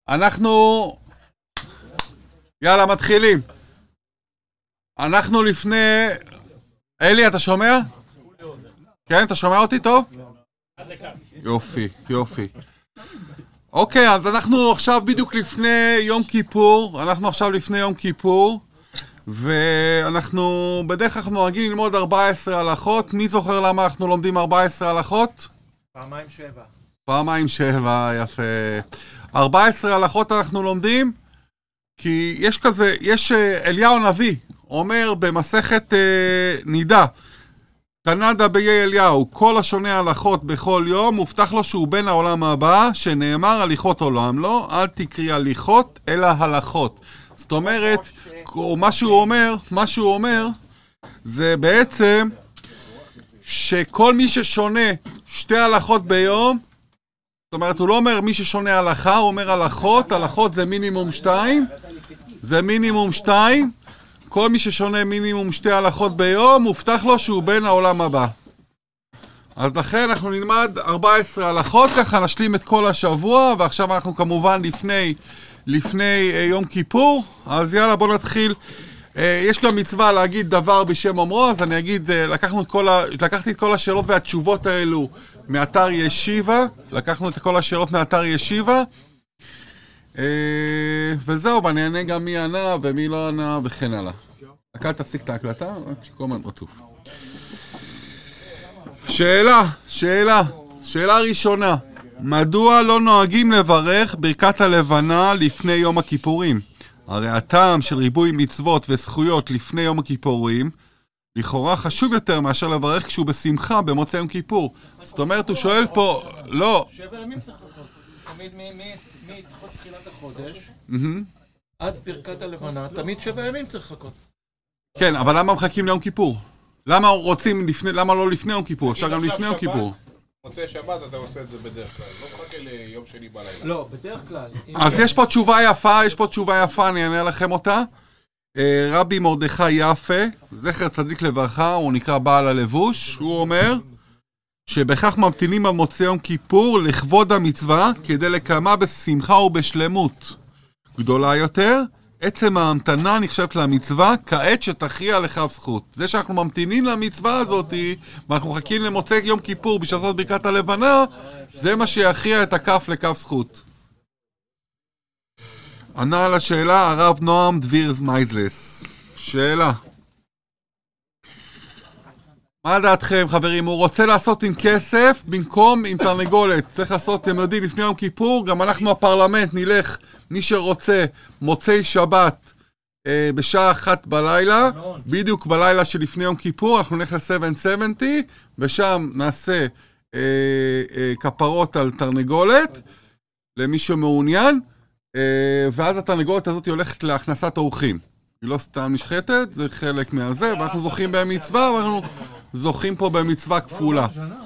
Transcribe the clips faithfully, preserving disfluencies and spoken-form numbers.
אנחנו... יאללה, מתחילים. אנחנו לפני... אלי, אתה שומע? כן, אתה שומע אותי טוב? יופי, יופי. אוקיי, אז אנחנו עכשיו בדיוק לפני יום כיפור. אנחנו עכשיו לפני יום כיפור. ואנחנו בדרך כלל נוהגים ללמוד ארבע עשרה הלכות. מי זוכר למה אנחנו לומדים ארבע עשרה הלכות? פעמיים שבע. פעמיים שבע, יפה. ארבע עשרה הלכות אנחנו לומדים, כי יש כזה, יש אליהו הנביא, אומר במסכת אה, נידה, תנדה ביי אליהו, כל השונה הלכות בכל יום, מובטח לו שהוא בן העולם הבא, שנאמר הליכות עולם לו, אל תקריא הליכות, אלא הלכות. זאת אומרת, מה שהוא אומר, מה שהוא אומר, זה בעצם שכל מי ששונה שתי הלכות ביום, זאת אומרת, הוא לא אומר מי ששונה הלכה, הוא אומר הלכות, הלכות זה מינימום שתיים, זה מינימום שתיים, כל מי ששונה מינימום שתי הלכות ביום, מובטח לו שהוא בן העולם הבא. אז לכן אנחנו נלמד ארבע עשרה הלכות, ככה נשלים את כל השבוע, ועכשיו אנחנו כמובן לפני, לפני יום כיפור, אז יאללה בוא נתחיל. יש גם מצווה להגיד דבר בשם אומרו, אז אני אגיד, לקחנו את כל ה... לקחתי את כל השאלות והתשובות האלו מאתר ישיבה, לקחנו את כל השאלות מאתר ישיבה, וזהו, ואני אענה גם מי ענה ומי לא ענה וכן הלאה. רק תפסיק את ההקלטה, רק שכל מן רצוף. שאלה, שאלה, שאלה ראשונה, מדוע לא נוהגים לברך ברכת הלבנה לפני יום הכיפורים? הרי הטעם של ריבוי מצוות וזכויות לפני יום הכיפורים לכאורה חשוב יותר מאשר לברך כשהוא בשמחה במוצאי יום כיפור. זאת אומרת, הוא שואל פה, לא. שבע ימים צריך לחכות. תמיד מתחילת תחילת החודש עד ברכת הלבנה, תמיד שבע ימים צריך לחכות. כן, אבל למה מחכים ליום כיפור? למה רוצים לפני, למה לא לפני יום כיפור? אפשר גם לפני יום כיפור. מוצאי שבת אתה עושה את זה בדרך כלל, לא מחכה ליום שני בלילה. לא, בדרך כלל. אז יש פה תשובה יפה, יש פה תשובה יפה, אני אענה לכם אותה. רבי מרדכי יפה, זכר צדיק לברכה, הוא נקרא בעל הלבוש, הוא אומר שבכך ממתינים על מוצאי יום כיפור לכבוד המצווה, כדי לקיימה בשמחה ובשלמות גדולה יותר. עצם ההמתנה נחשבת למצווה כעת שתכריע לכף זכות. זה שאנחנו ממתינים למצווה הזאת, ואנחנו מחכים למוצאי יום כיפור בשביל לעשות ברכת הלבנה, זה מה שיכריע את הכף לכף זכות. ענה על השאלה הרב נועם דבירס מייזלס. שאלה, מה דעתכם חברים? הוא רוצה לעשות עם כסף במקום עם תרנגולת. צריך לעשות, אתם יודעים, לפני יום כיפור, גם אנחנו הפרלמנט נלך, מי שרוצה, מוצאי שבת אה, בשעה אחת בלילה, בדיוק בלילה שלפני יום כיפור, אנחנו נלך ל-שבע שבעים, ושם נעשה אה, אה, כפרות על תרנגולת, למי שמעוניין, אה, ואז התרנגולת הזאת הולכת להכנסת אורחים. היא לא סתם נשחטת, זה חלק מהזה, ואנחנו זוכים במצווה, ואנחנו זוכים פה במצווה כפולה.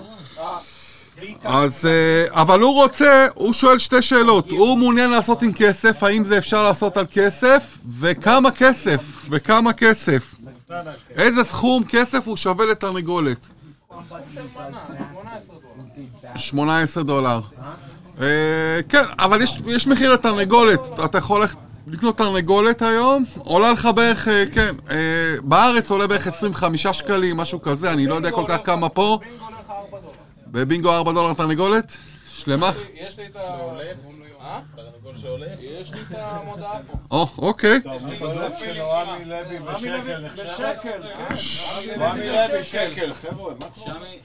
אז, אבל הוא רוצה, הוא שואל שתי שאלות. הוא מעוניין לעשות עם כסף, האם זה אפשר לעשות על כסף, וכמה כסף, וכמה כסף. איזה סכום כסף הוא שווה לתרנגולת? שמונה עשרה דולר. כן, אבל יש מחיר לתרנגולת, אתה יכול ללכת לקנות תרנגולת היום, עולה לך בערך, כן, בארץ עולה בערך עשרים וחמישה שקלים, משהו כזה, אני לא יודע כל כך כמה פה. בבינגו ארבע דולר תרנגולת? שלמה? יש לי את העולה, אה? תרנגול שעולה? יש לי את המודעה פה. או, אוקיי. רמי לוי בשקל נחשב? רמי לוי שקל, חבר'ה, מה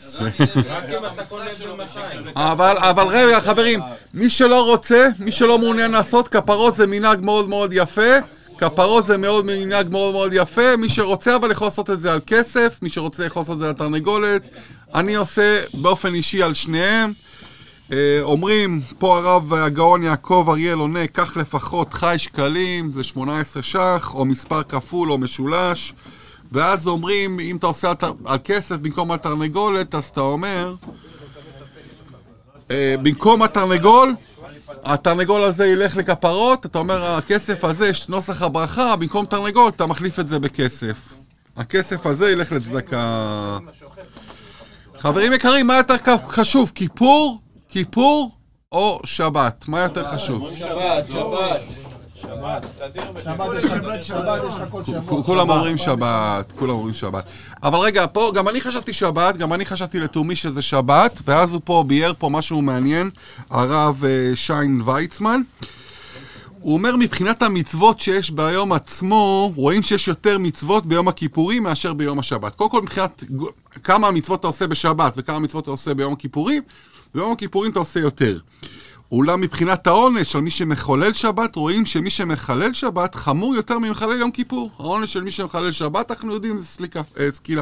קורה? אבל, אבל רגע, חברים, מי שלא רוצה, מי שלא מעוניין לעשות, כפרות זה מנהג מאוד מאוד יפה, כפרות זה מאוד מנהג מאוד מאוד יפה, מי שרוצה אבל יכול לעשות את זה על כסף, מי שרוצה יכול לעשות את זה על תרנגולת, אני עושה באופן אישי על שניהם. אומרים, פה הרב הגאון יעקב אריאל עונה, כך לפחות חי שקלים, זה שמונה עשרה שח, או מספר כפול או משולש, ואז אומרים, אם אתה עושה על כסף במקום על תרנגולת, אז אתה אומר, במקום התרנגול, התרנגול הזה ילך לכפרות, אתה אומר, הכסף הזה, יש נוסח הברכה, במקום תרנגול, אתה מחליף את זה בכסף. הכסף הזה ילך לצדקה. חברים יקרים, מה יותר חשוב? כיפור? כיפור או שבת? מה יותר חשוב? שבת, שבת. שבת, תדיר שבת יש לך שבת, יש לך כל שבוע. כולם אומרים שבת, כולם אומרים שבת. אבל רגע, פה, גם אני חשבתי שבת, גם אני חשבתי לתומי שזה שבת, ואז הוא פה בייר פה משהו מעניין, הרב שיין ויצמן. הוא אומר מבחינת המצוות שיש ביום עצמו, רואים שיש יותר מצוות ביום הכיפורים מאשר ביום השבת. קודם כל מבחינת כמה המצוות אתה עושה בשבת וכמה מצוות אתה עושה ביום הכיפורים, ביום הכיפורים אתה עושה יותר. אולם מבחינת העונש של מי שמחולל שבת, רואים שמי שמחלל שבת חמור יותר ממחלל יום כיפור. העונש של מי שמחלל שבת, אנחנו יודעים, זה סליקה, אה, סקילה.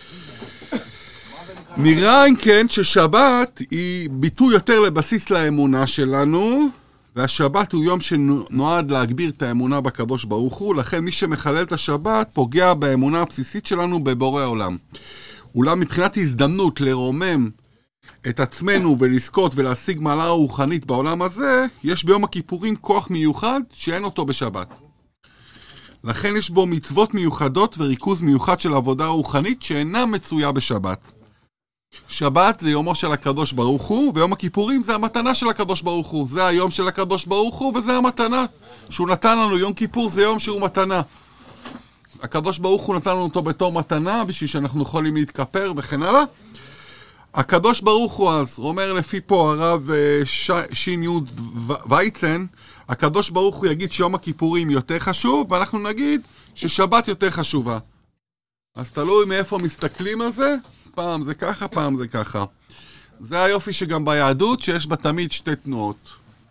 נראה אם כן ששבת היא ביטוי יותר לבסיס לאמונה שלנו, והשבת הוא יום שנועד להגביר את האמונה בקדוש ברוך הוא, לכן מי שמחלל את השבת פוגע באמונה הבסיסית שלנו בבורא העולם. אולם מבחינת הזדמנות לרומם את עצמנו ולזכות ולהשיג מעלה רוחנית בעולם הזה, יש ביום הכיפורים כוח מיוחד שאין אותו בשבת. לכן יש בו מצוות מיוחדות וריכוז מיוחד של עבודה רוחנית שאינה מצויה בשבת. שבת זה יומו של הקדוש ברוך הוא, ויום הכיפורים זה המתנה של הקדוש ברוך הוא. זה היום של הקדוש ברוך הוא, וזה המתנה שהוא נתן לנו. יום כיפור זה יום שהוא מתנה. הקדוש ברוך הוא נתן לנו אותו בתור מתנה, בשביל שאנחנו יכולים להתכפר וכן הלאה. הקדוש ברוך הוא אז, הוא אומר לפי פה הרב ש... שין יוד וייצן, הקדוש ברוך הוא יגיד שיום הכיפורים יותר חשוב, ואנחנו נגיד ששבת יותר חשובה. אז תלוי מאיפה מסתכלים על זה, פעם זה ככה, פעם זה ככה. זה היופי שגם ביהדות, שיש בה תמיד שתי תנועות.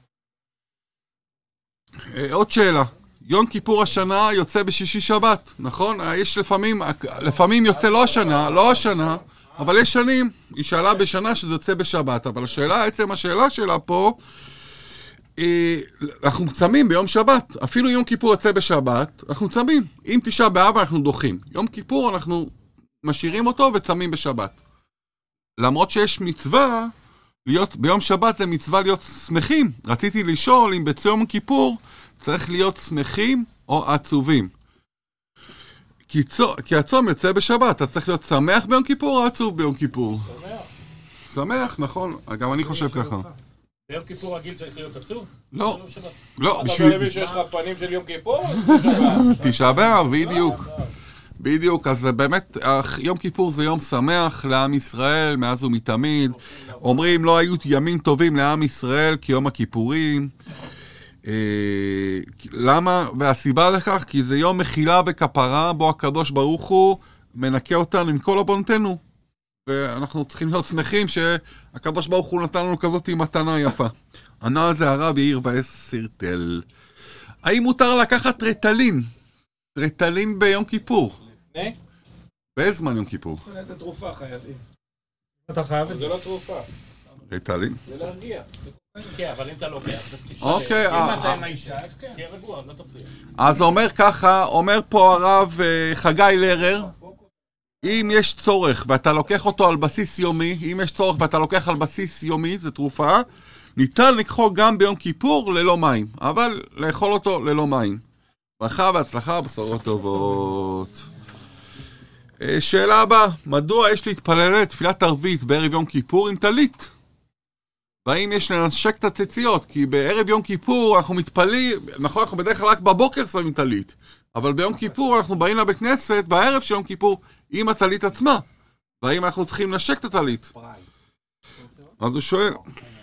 עוד שאלה, יום כיפור השנה יוצא בשישי שבת, נכון? יש לפעמים, לפעמים יוצא לא השנה, לא השנה, אבל יש שנים, היא שאלה בשנה שזה יוצא בשבת, אבל השאלה, עצם השאלה שלה פה, אנחנו צמים ביום שבת, אפילו יום כיפור יוצא בשבת, אנחנו צמים. אם תשעה באב אנחנו דוחים. יום כיפור אנחנו משאירים אותו וצמים בשבת. למרות שיש מצווה, להיות, ביום שבת זה מצווה להיות שמחים. רציתי לשאול אם בצום כיפור צריך להיות שמחים או עצובים. כי, צו, כי הצום יוצא בשבת, אתה צריך להיות שמח ביום כיפור או עצוב ביום כיפור? שמח. שמח, נכון. גם אני חושב ככה. ביום כיפור רגיל צריך להיות עצוב? לא. לא, בשביל... אתה מבין שיש לך פנים של יום כיפור? תשעה באב, בדיוק. בדיוק, אז באמת, יום כיפור זה יום שמח לעם ישראל, מאז ומתמיד. אומרים, לא היו ימים טובים לעם ישראל כיום הכיפורים. למה? והסיבה לכך, כי זה יום מחילה וכפרה, בו הקדוש ברוך הוא מנקה אותנו עם כל עוונותינו. ואנחנו צריכים להיות שמחים שהקדוש ברוך הוא נתן לנו כזאת מתנה יפה. ענה על זה הרב יאיר וסרטל. האם מותר לקחת רטלין? רטלין ביום כיפור. לפני? באיזה זמן יום כיפור? איזה תרופה חייבים. אתה חייב את זה? זה לא תרופה. רטלין? זה להרגיע. כן, אבל אם אתה לוקח, אוקיי. אם אתה עם האישה, אז כן, תהיה רגוע, לא תפריע. אז אומר ככה, אומר פה הרב חגי לרר, אם יש צורך ואתה לוקח אותו על בסיס יומי, אם יש צורך ואתה לוקח על בסיס יומי, זה תרופה, ניתן לקחו גם ביום כיפור ללא מים, אבל לאכול אותו ללא מים. ברכה והצלחה, בשורות טובות. שאלה הבאה, מדוע יש להתפלל תפילת ערבית בערב יום כיפור עם טלית? והאם יש לנשק את הציציות? כי בערב יום כיפור אנחנו מתפלים, נכון, אנחנו בדרך כלל רק בבוקר שמים טלית, אבל ביום כיפור אנחנו באים לבית כנסת בערב של יום כיפור עם הטלית עצמה. והאם אנחנו צריכים לנשק את הטלית? אז הוא שואל.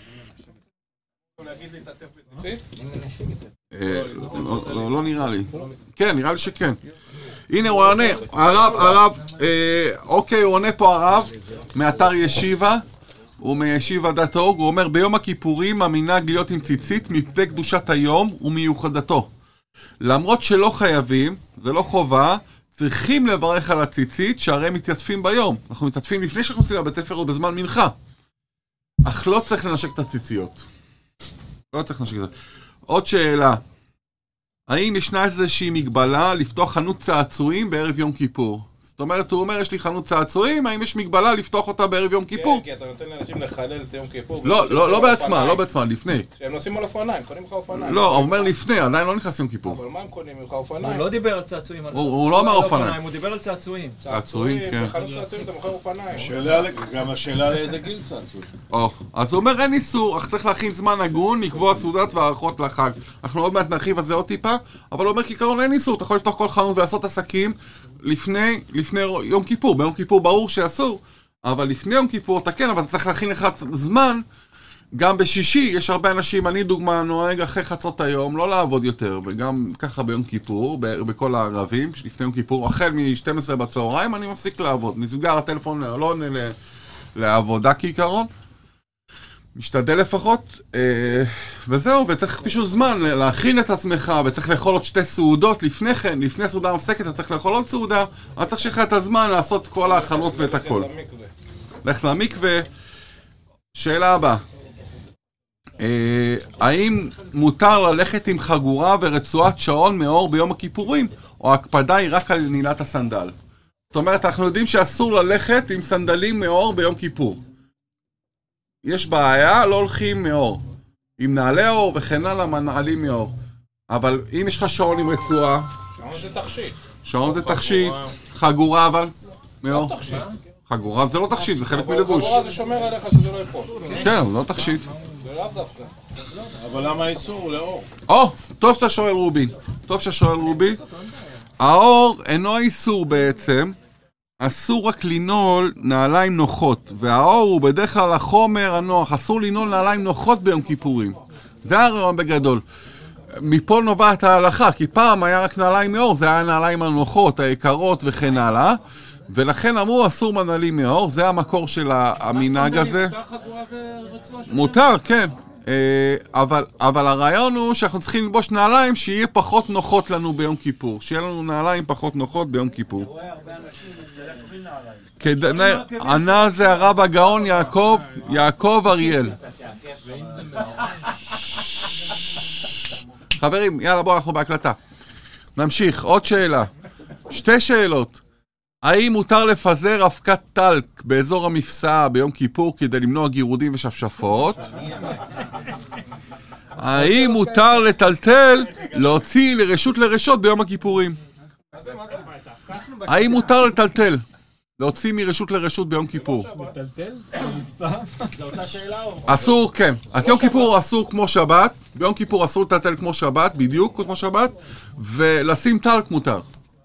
לא נראה לי. כן, נראה לי שכן. הנה הוא עונה, הרב, הרב, אוקיי, הוא עונה פה הרב מאתר ישיבה, הוא מישיבה דעת אורג, הוא אומר ביום הכיפורים המנהג להיות עם ציצית מפני קדושת היום ומיוחדתו. למרות שלא חייבים, זה לא חובה, צריכים לברך על הציצית שהרי מתייטפים ביום. אנחנו מתייטפים לפני שאנחנו יוצאים לבית ספר או בזמן מנחה. אך לא צריך לנשק את הציציות. לא צריך לנשק את זה. עוד שאלה. האם ישנה איזושהי מגבלה לפתוח חנות צעצועים בערב יום כיפור? זאת אומרת, הוא אומר, יש לי חנות צעצועים, האם יש מגבלה לפתוח אותה בערב יום כיפור? כן, כי אתה נותן לאנשים לחלל את יום כיפור. לא, לא, לא בעצמה, לא בעצמה, לפני. שהם נוסעים על אופניים, קונים לך אופניים. לא, הוא אומר לפני, עדיין לא נכנס יום כיפור. אבל מה הם קונים ממך אופניים? הוא לא דיבר על צעצועים. הוא לא אמר אופניים. הוא דיבר על צעצועים. צעצועים, כן. בחנות צעצועים אתה מוכר אופניים. גם השאלה לאיזה גיל צעצועים. או, אז הוא אומר אין איסור, אך צריך להכין זמן הגון, לקבוע סעודת והערכות לחג. אנחנו עוד מעט נרחיב על זה עוד טיפה, אבל הוא אומר כעיקרון אין איסור, אתה יכול לפתוח כל חנות ולעשות עסקים לפני, לפני יום כיפור. ביום כיפור ברור שאסור, אבל לפני יום כיפור אתה כן, אבל אתה צריך להכין לך זמן. גם בשישי יש הרבה אנשים, אני דוגמה נוהג אחרי חצות היום, לא לעבוד יותר, וגם ככה ביום כיפור, בכל הערבים, לפני יום כיפור, החל מ-שתים עשרה בצהריים אני מפסיק לעבוד. נסגר הטלפון, לא עונה לעבודה כעיקרון. משתדל לפחות, וזהו, וצריך פשוט זמן להכין את עצמך, וצריך לאכול עוד שתי סעודות לפני כן, לפני סעודה מפסקת, אתה צריך לאכול עוד סעודה, אבל צריך שלך את הזמן לעשות כל ההכנות ואת הכל. לך למקווה. שאלה הבאה. האם מותר ללכת עם חגורה ורצועת שעון מאור ביום הכיפורים, או הקפדה היא רק על נעילת הסנדל? זאת אומרת, אנחנו יודעים שאסור ללכת עם סנדלים מאור ביום כיפור. יש בעיה, לא הולכים מאור. עם נעלי אור וכן הלאה מנעלים מאור. אבל אם יש לך שעון עם רצועה... שעון זה תכשיט. שעון זה תכשיט, חגורה אבל מאור. חגורה זה לא תכשיט, זה חלק מלבוש. חגורה זה שומר עליך שזה לא יפול. כן, זה לא תכשיט. זה לאו דווקא. אבל למה האיסור לאור? או, טוב שאתה שואל רובי. טוב שאתה שואל רובי. האור אינו האיסור בעצם. אסור רק לנעול נעליים נוחות, והאור הוא בדרך כלל החומר הנוח, אסור לנעול נעליים נוחות ביום כיפורים. זה הרעיון בגדול. מפה נובעת ההלכה, כי פעם היה רק נעליים מאור, זה היה נעליים הנוחות, היקרות וכן הלאה, ולכן אמרו אסור מנעלים מאור, זה המקור של המנהג הזה. מותר, כן. אבל, אבל הרעיון הוא שאנחנו צריכים ללבוש נעליים שיהיה פחות נוחות לנו ביום כיפור, שיהיה לנו נעליים פחות נוחות ביום כיפור. ענה על זה הרב הגאון יעקב, יעקב אריאל. חברים, יאללה בואו אנחנו בהקלטה. נמשיך, עוד שאלה. שתי שאלות. האם מותר לפזר אבקת טלק באזור המפסעה ביום כיפור כדי למנוע גירודים ושפשפות? האם מותר לטלטל, להוציא לרשות לרשות ביום הכיפורים? האם מותר לטלטל, להוציא מרשות לרשות ביום כיפור? לטלטל? במפסע? זו אותה שאלה או? אסור, כן. אז יום כיפור אסור כמו שבת, ביום כיפור אסור לטלטל כמו שבת, בדיוק כמו שבת, ולשים טלק מותר.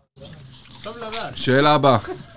שאלה הבאה.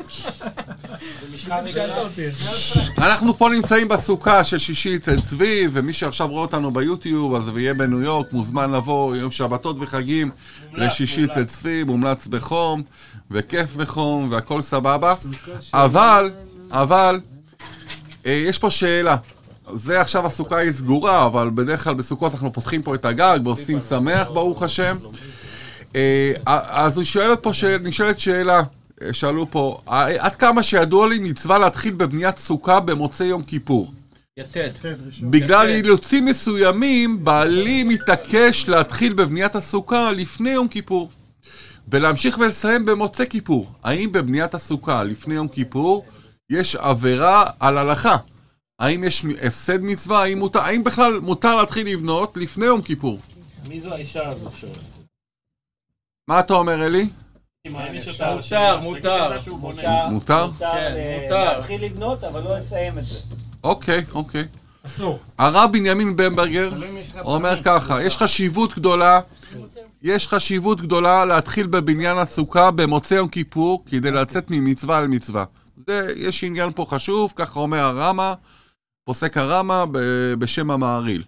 אנחנו פה נמצאים בסוכה של שישי אצל צבי, ומי שעכשיו רואה אותנו ביוטיוב אז ויהיה בניו יורק מוזמן לבוא יום שבתות וחגים לשישי אצל צבי, מומלץ בחום וכיף בחום והכל סבבה. אבל, אבל יש פה שאלה. זה עכשיו הסוכה היא סגורה, אבל בדרך כלל בסוכות אנחנו פותחים פה את הגג ועושים שמח ברוך השם. אז הוא שואלת פה, נשאלת שאלה, שאלו פה, עד כמה שידוע לי מצווה להתחיל בבניית סוכה במוצאי יום כיפור? יתד. בגלל אילוצים מסוימים, בעלי מתעקש להתחיל בבניית הסוכה לפני יום כיפור, ולהמשיך ולסיים במוצאי כיפור. האם בבניית הסוכה לפני יום כיפור יש עבירה על הלכה? האם יש הפסד מצווה? האם, מותר, האם בכלל מותר להתחיל לבנות לפני יום כיפור? מי זו האישה הזו שואלת? מה אתה אומר, אלי? מותר, מותר. מותר? מותר מותר. להתחיל לבנות, אבל לא לסיים את זה. אוקיי, אוקיי. אסור. הרב בנימין במברגר אומר ככה, יש חשיבות גדולה, יש חשיבות גדולה להתחיל בבניין הסוכה במוצאי יום כיפור, כדי לצאת ממצווה על מצווה. זה, יש עניין פה חשוב, ככה אומר הרמה, פוסק הרמה בשם המעריל.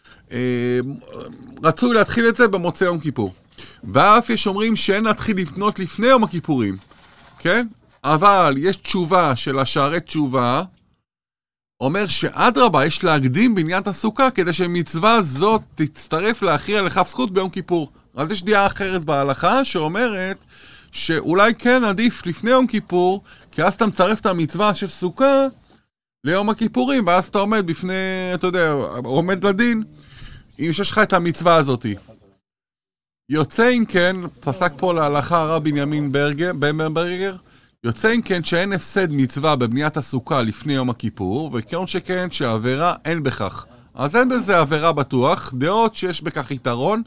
רצוי להתחיל את זה במוצאי יום כיפור. ואף יש אומרים שאין להתחיל לבנות לפני יום הכיפורים, כן? אבל יש תשובה של השערי תשובה, אומר שאדרבה יש להקדים בניית הסוכה, כדי שמצווה זאת תצטרף להכריע לכף זכות ביום כיפור. אז יש דעה אחרת בהלכה שאומרת שאולי כן עדיף לפני יום כיפור, כי אז אתה מצרף את המצווה של סוכה ליום הכיפורים, ואז אתה עומד בפני, אתה יודע, עומד לדין, אם יש לך את המצווה הזאת. יוצא אם כן, פסק פה להלכה הרב בנימין ברגר, במברגר, יוצא אם כן שאין הפסד מצווה בבניית הסוכה לפני יום הכיפור, וכאון שכן שהעבירה אין בכך. אז אין בזה עבירה בטוח, דעות שיש בכך יתרון.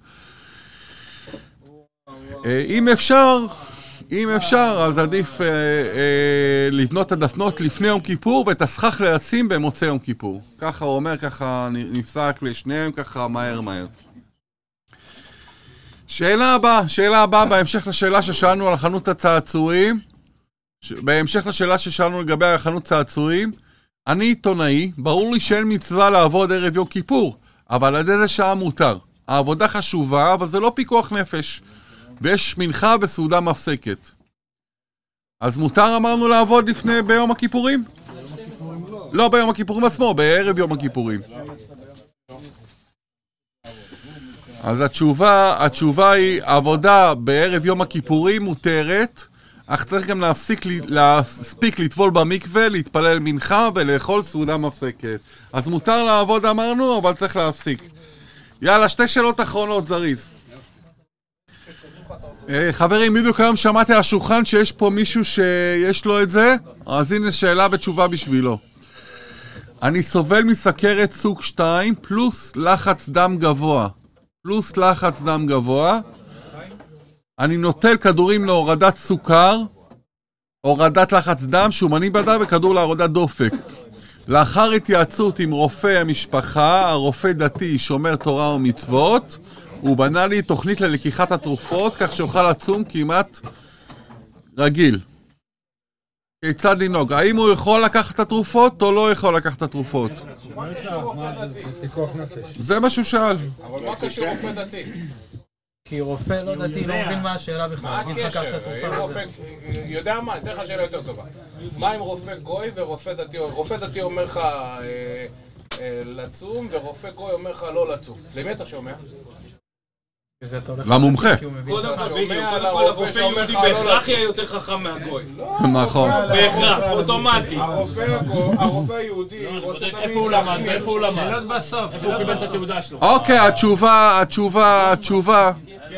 אם אפשר, אם אפשר, אז עדיף אה, אה, לבנות את הדפנות לפני יום כיפור, ואת הסכך להצים במוצא יום כיפור. ככה הוא אומר, ככה נפסק לשניהם, ככה מהר מהר. שאלה הבאה, שאלה הבאה, בהמשך לשאלה ששאלנו על חנות הצעצועים, בהמשך לשאלה ששאלנו לגבי חנות צעצועים, אני עיתונאי, ברור לי שאין מצווה לעבוד ערב יום כיפור, אבל עד איזה שעה מותר. העבודה חשובה, אבל זה לא פיקוח נפש, ויש מנחה וסעודה מפסקת. אז מותר אמרנו לעבוד לפני ביום הכיפורים? לא ביום הכיפורים עצמו, בערב יום הכיפורים. אז התשובה, התשובה היא, עבודה בערב יום הכיפורים מותרת, אך צריך גם להפסיק, להספיק לטבול במקווה, להתפלל מנחה ולאכול סעודה מפסקת. אז מותר לעבוד אמרנו, אבל צריך להפסיק. יאללה, שתי שאלות אחרונות, זריז. חברים, בדיוק היום שמעתי על השולחן שיש פה מישהו שיש לו את זה, אז הנה שאלה ותשובה בשבילו. אני סובל מסכרת סוג שתיים פלוס לחץ דם גבוה. פלוס לחץ דם גבוה. אני נוטל כדורים להורדת סוכר, הורדת לחץ דם, שומני בדם וכדור להורדת דופק. לאחר התייעצות עם רופא המשפחה, הרופא דתי שומר תורה ומצוות, הוא בנה לי תוכנית ללקיחת התרופות, כך שאוכל לצום כמעט רגיל. כיצד לנהוג? האם הוא יכול לקחת את התרופות או לא יכול לקחת את התרופות? זה מה שהוא שאל. אבל מה קשור רופא דתי? כי רופא לא דתי לא מבין מה השאלה בכלל. מה הקשר? אם רופא... יודע מה? אתן לך שאלה יותר טובה. מה אם רופא גוי ורופא דתי? רופא דתי אומר לך לצום ורופא גוי אומר לך לא לצום. למי אתה שומע? למומחה. קודם כל הרופא יהודי בהכרח יהיה יותר חכם מהגוי. נכון. בהכרח, אוטומטי. הרופא היהודי רוצה תמיד... איפה הוא למד? איפה הוא למד? שאלות בסוף. איפה הוא קיבל את התעודה שלו? אוקיי, התשובה, התשובה, התשובה.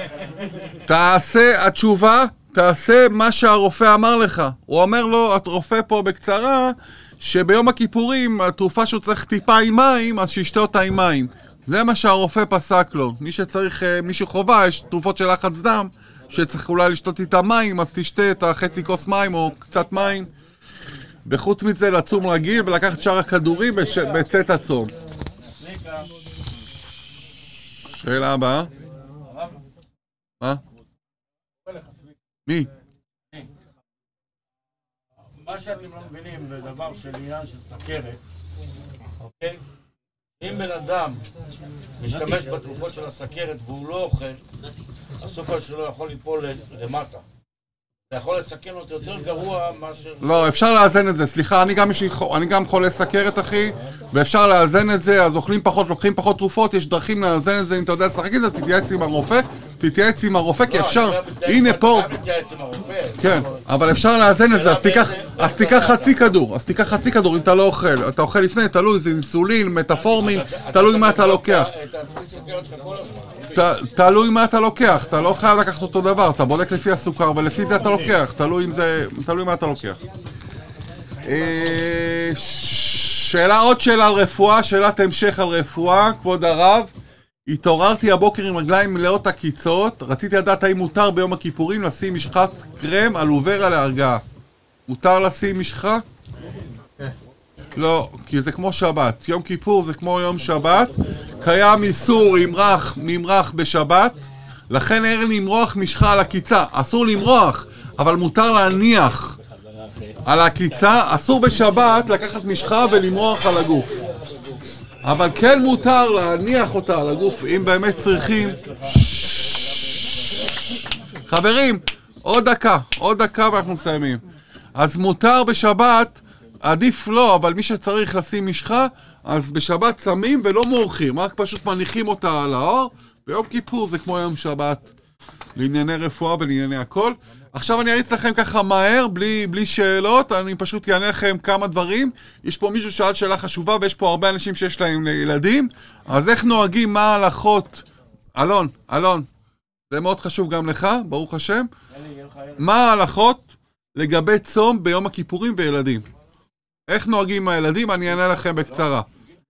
תעשה, התשובה, תעשה מה שהרופא אמר לך. הוא אומר לו, הרופא פה בקצרה, שביום הכיפורים התרופה שהוא צריך טיפה עם מים, אז שישתה אותה עם מים. זה מה שהרופא פסק לו. מי שצריך, מי שחובה, יש תרופות של לחץ דם, שצריך אולי לשתות איתה מים, אז תשתה את החצי כוס מים או קצת מים. וחוץ מזה לצום רגיל ולקחת שאר הכדורים בצאת הצום. שאלה הבאה. מה? מי? מה שאתם לא מבינים בדבר של עניין של סכרת, אוקיי? אם בן אדם משתמש בתרופות של הסכרת והוא לא אוכל, הסוכר שלו יכול ליפול למטה. זה יכול לסכן אותו יותר גרוע מאשר... לא, אפשר לאזן את זה. סליחה, אני גם, אני גם חולה סכרת, אחי, ואפשר לאזן את זה, אז אוכלים פחות, לוקחים פחות תרופות, יש דרכים לאזן את זה, אם אתה יודע לשחק את זה, תתייעץ עם הרופא, תתייעץ עם הרופא, כי אפשר... הנה פה... כן, אבל אפשר לאזן את זה, אז תיקח חצי כדור, אז תיקח חצי כדור אם אתה לא אוכל. אתה אוכל לפני, תלוי, זה אינסולין, מטאפורמין, תלוי מה אתה לוקח. תלוי מה אתה לוקח, אתה לא חייב לקחת אותו דבר, אתה בודק לפי הסוכר ולפי זה אתה לוקח, תלוי אם זה, תלוי מה אתה לוקח. שאלה, עוד שאלה על רפואה, שאלת המשך על רפואה, כבוד הרב. התעוררתי הבוקר עם רגליים מלאות עקיצות, רציתי לדעת האם מותר ביום הכיפורים לשים משחת קרם על אוברה להרגעה. מותר לשים משחה? לא, כי זה כמו שבת. יום כיפור זה כמו יום שבת. קיים איסור למרח, ממרח בשבת. לכן אין למרוח משחה על הקיצה. אסור למרוח, אבל מותר להניח על הקיצה. אסור בשבת לקחת משחה ולמרוח על הגוף. אבל כן מותר להניח אותה על הגוף, אם באמת צריכים. חברים, עוד דקה, עוד דקה ואנחנו מסיימים. אז מותר בשבת, עדיף לא, אבל מי שצריך לשים משחה, אז בשבת שמים ולא מורחים, רק פשוט מניחים אותה על האור. ביום כיפור זה כמו יום שבת, לענייני רפואה ולענייני הכל. עכשיו אני אריץ לכם ככה מהר, בלי, בלי שאלות, אני פשוט אענה לכם כמה דברים. יש פה מישהו שאל שאלה חשובה, ויש פה הרבה אנשים שיש להם ילדים. אז איך נוהגים, מה ההלכות? אלון, אלון, זה מאוד חשוב גם לך, ברוך השם. מה ההלכות לגבי צום ביום הכיפורים וילדים. איך נוהגים עם הילדים? אני אענה לכם בקצרה.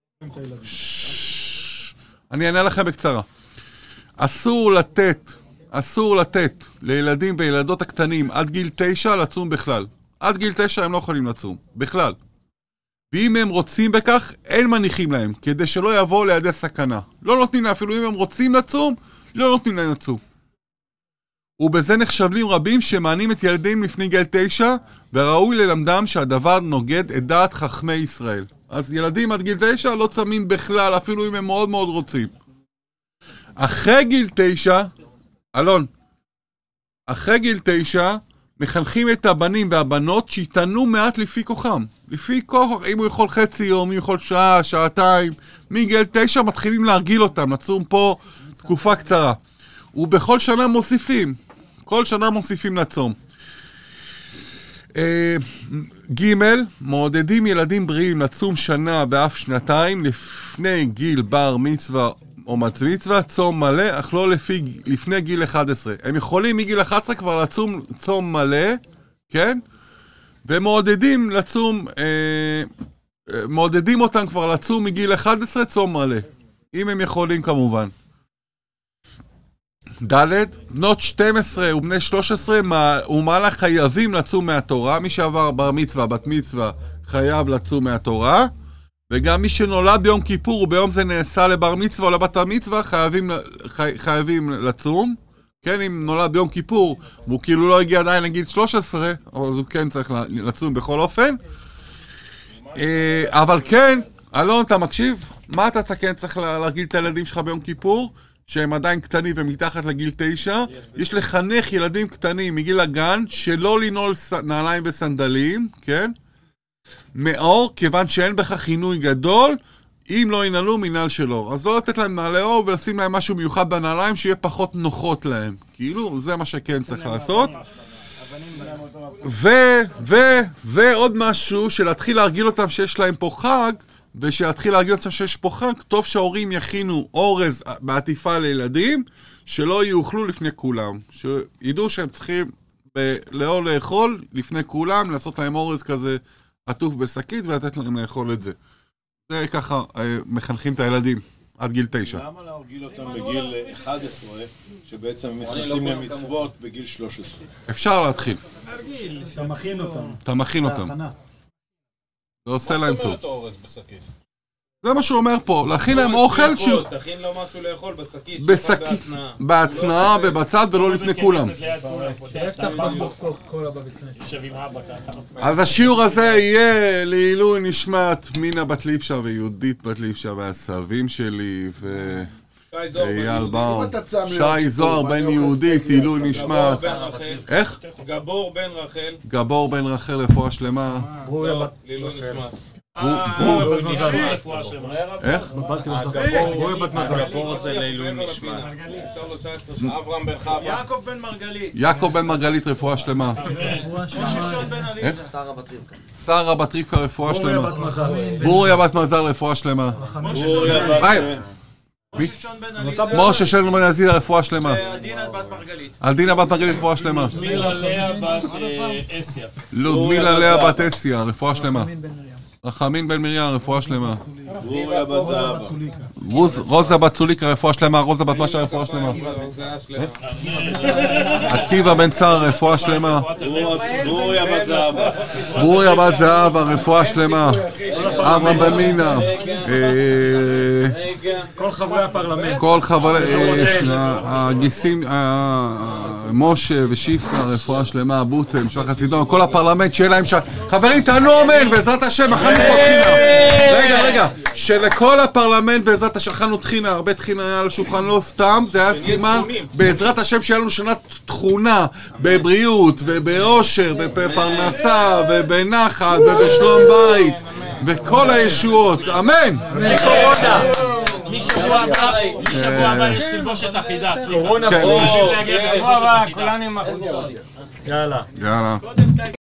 אני אענה לכם בקצרה. אסור לתת, אסור לתת לילדים וילדות הקטנים עד גיל תשע לצום בכלל. עד גיל תשע הם לא יכולים לצום, בכלל. ואם הם רוצים בכך, אין מניחים להם, כדי שלא יבואו לידי סכנה. לא נותנים להם, אפילו אם הם רוצים לצום, לא נותנים להם לצום. ובזה נחשבים רבים שמענים את ילדים לפני גיל תשע, וראוי ללמדם שהדבר נוגד את דעת חכמי ישראל. אז ילדים עד גיל תשע לא צמים בכלל, אפילו אם הם מאוד מאוד רוצים. אחרי גיל תשע, אלון, אחרי גיל תשע, מחנכים את הבנים והבנות שיתנו מעט לפי כוחם. לפי כוח, אם הוא יכול חצי יום, אם הוא יכול שעה, שעתיים, מגיל תשע מתחילים להרגיל אותם, לצום פה תקופה קצרה. ובכל שנה מוסיפים, כל שנה מוסיפים לצום. ג' מעודדים ילדים בריאים לצום שנה ואף שנתיים לפני גיל בר מצווה או מצ מצווה, צום מלא, אך לא לפי, לפני גיל אחת עשרה. הם יכולים מגיל אחת עשרה כבר לצום צום מלא, כן? ומעודדים לצום, אה, מעודדים אותם כבר לצום מגיל אחת עשרה צום מלא. אם הם יכולים כמובן. ד' בנות שתים עשרה ובני שלוש עשרה ומעלה חייבים לצום מהתורה. מי שעבר בר מצווה, בת מצווה, חייב לצום מהתורה. וגם מי שנולד ביום כיפור וביום זה נעשה לבר מצווה או לבת המצווה, חייבים, חי, חייבים לצום. כן, אם נולד ביום כיפור והוא כאילו לא הגיע עדיין לגיל שלוש עשרה, אבל הוא כן צריך לצום בכל אופן. אבל כן, אלון, אתה מקשיב? מה אתה כן צריך להרגיל את הילדים שלך ביום כיפור? שהם עדיין קטנים ומתחת לגיל תשע, יש לחנך ילדים קטנים מגיל הגן שלא לנעול נעליים וסנדלים, כן? מאור, כיוון שאין בכך חינוי גדול, אם לא ינעלו מנעל שלו. אז לא לתת להם נעלי אור ולשים להם משהו מיוחד בנעליים שיהיה פחות נוחות להם. כאילו, זה מה שכן צריך לעשות. ו, ו, ועוד משהו, שלהתחיל להרגיל אותם שיש להם פה חג, ושהתחיל להגיד אותם שיש פה חג, טוב שההורים יכינו אורז בעטיפה לילדים, שלא יאוכלו לפני כולם. שידעו שהם צריכים ב- לא לאכול לפני כולם, לעשות להם אורז כזה עטוף בשקית, ולתת להם לאכול את זה. זה ככה מחנכים את הילדים, עד גיל תשע. למה להרגיל אותם בגיל אחת עשרה, שבעצם נכנסים למצוות בגיל שלוש עשרה? אפשר להתחיל. אתה מכין אותם. אתה מכין אותם. זה עושה להם טוב. אורז בשקית? זה מה שהוא אומר פה, להכין להם אוכל ש... תכין לו משהו לאכול בשקית. בשקית, בהצנעה ובצד ולא לפני כולם. אז השיעור הזה יהיה לעילוי נשמת מינה בת ליפשה ויהודית בת ליפשה והסבים שלי ו... אייל באום, שי זוהר בן יהודית, עילוי נשמת. איך? גבור בן רחל. גבור בן רחל, רפואה שלמה. לעילוי נשמת. איך? הגבור זה לעילוי נשמת. אברהם בן חווה. יעקב בן מרגלית. יעקב בן מרגלית, רפואה שלמה. ששון בן עליזה. שרה בת רבקה. שרה בת רבקה, רפואה שלמה. בוריה בת מזל, רפואה שלמה. בוריה בת... ששון בן עליזה. משה שלנו בן עזיזה, רפואה שלמה. ועדינה בת מרגלית. עדינה בת מרגלית, רפואה שלמה. לודמילה לאה בת אסיה. לודמילה לאה בת אסיה, רפואה שלמה. רחמין בן מרים, רפואה שלמה. רוריה בת זהבה. רוזה בת צוליקה, רפואה שלמה. רוזה בת משה, רפואה שלמה. עקיבא בן שר, רפואה שלמה. רוריה בת זהבה. רוריה בת זהבה, רפואה שלמה. אברהם בן מינה. כל חברי הפרלמנט. כל חברי... הגיסים... משה ושיפקה, רפואה שלמה, בוטם, משפחת צידון, כל הפרלמנט שיהיה להם שם. חברים, תענו אמן, בעזרת השם, אכלנו פה תחינה. רגע, רגע, שלכל הפרלמנט בעזרת השם, אכלנו תחינה, הרבה תחינה היה על השולחן, לא סתם, זה היה סימן, בעזרת השם שיהיה לנו שנה תכונה, בבריאות, ובאושר, ובפרנסה, ובנחת, ובשלום בית, וכל הישועות, אמן! מקורונה! משבוע הבא יש תלבושת אחידה. קורונה פה! כולנו עם החולצות. יאללה. יאללה.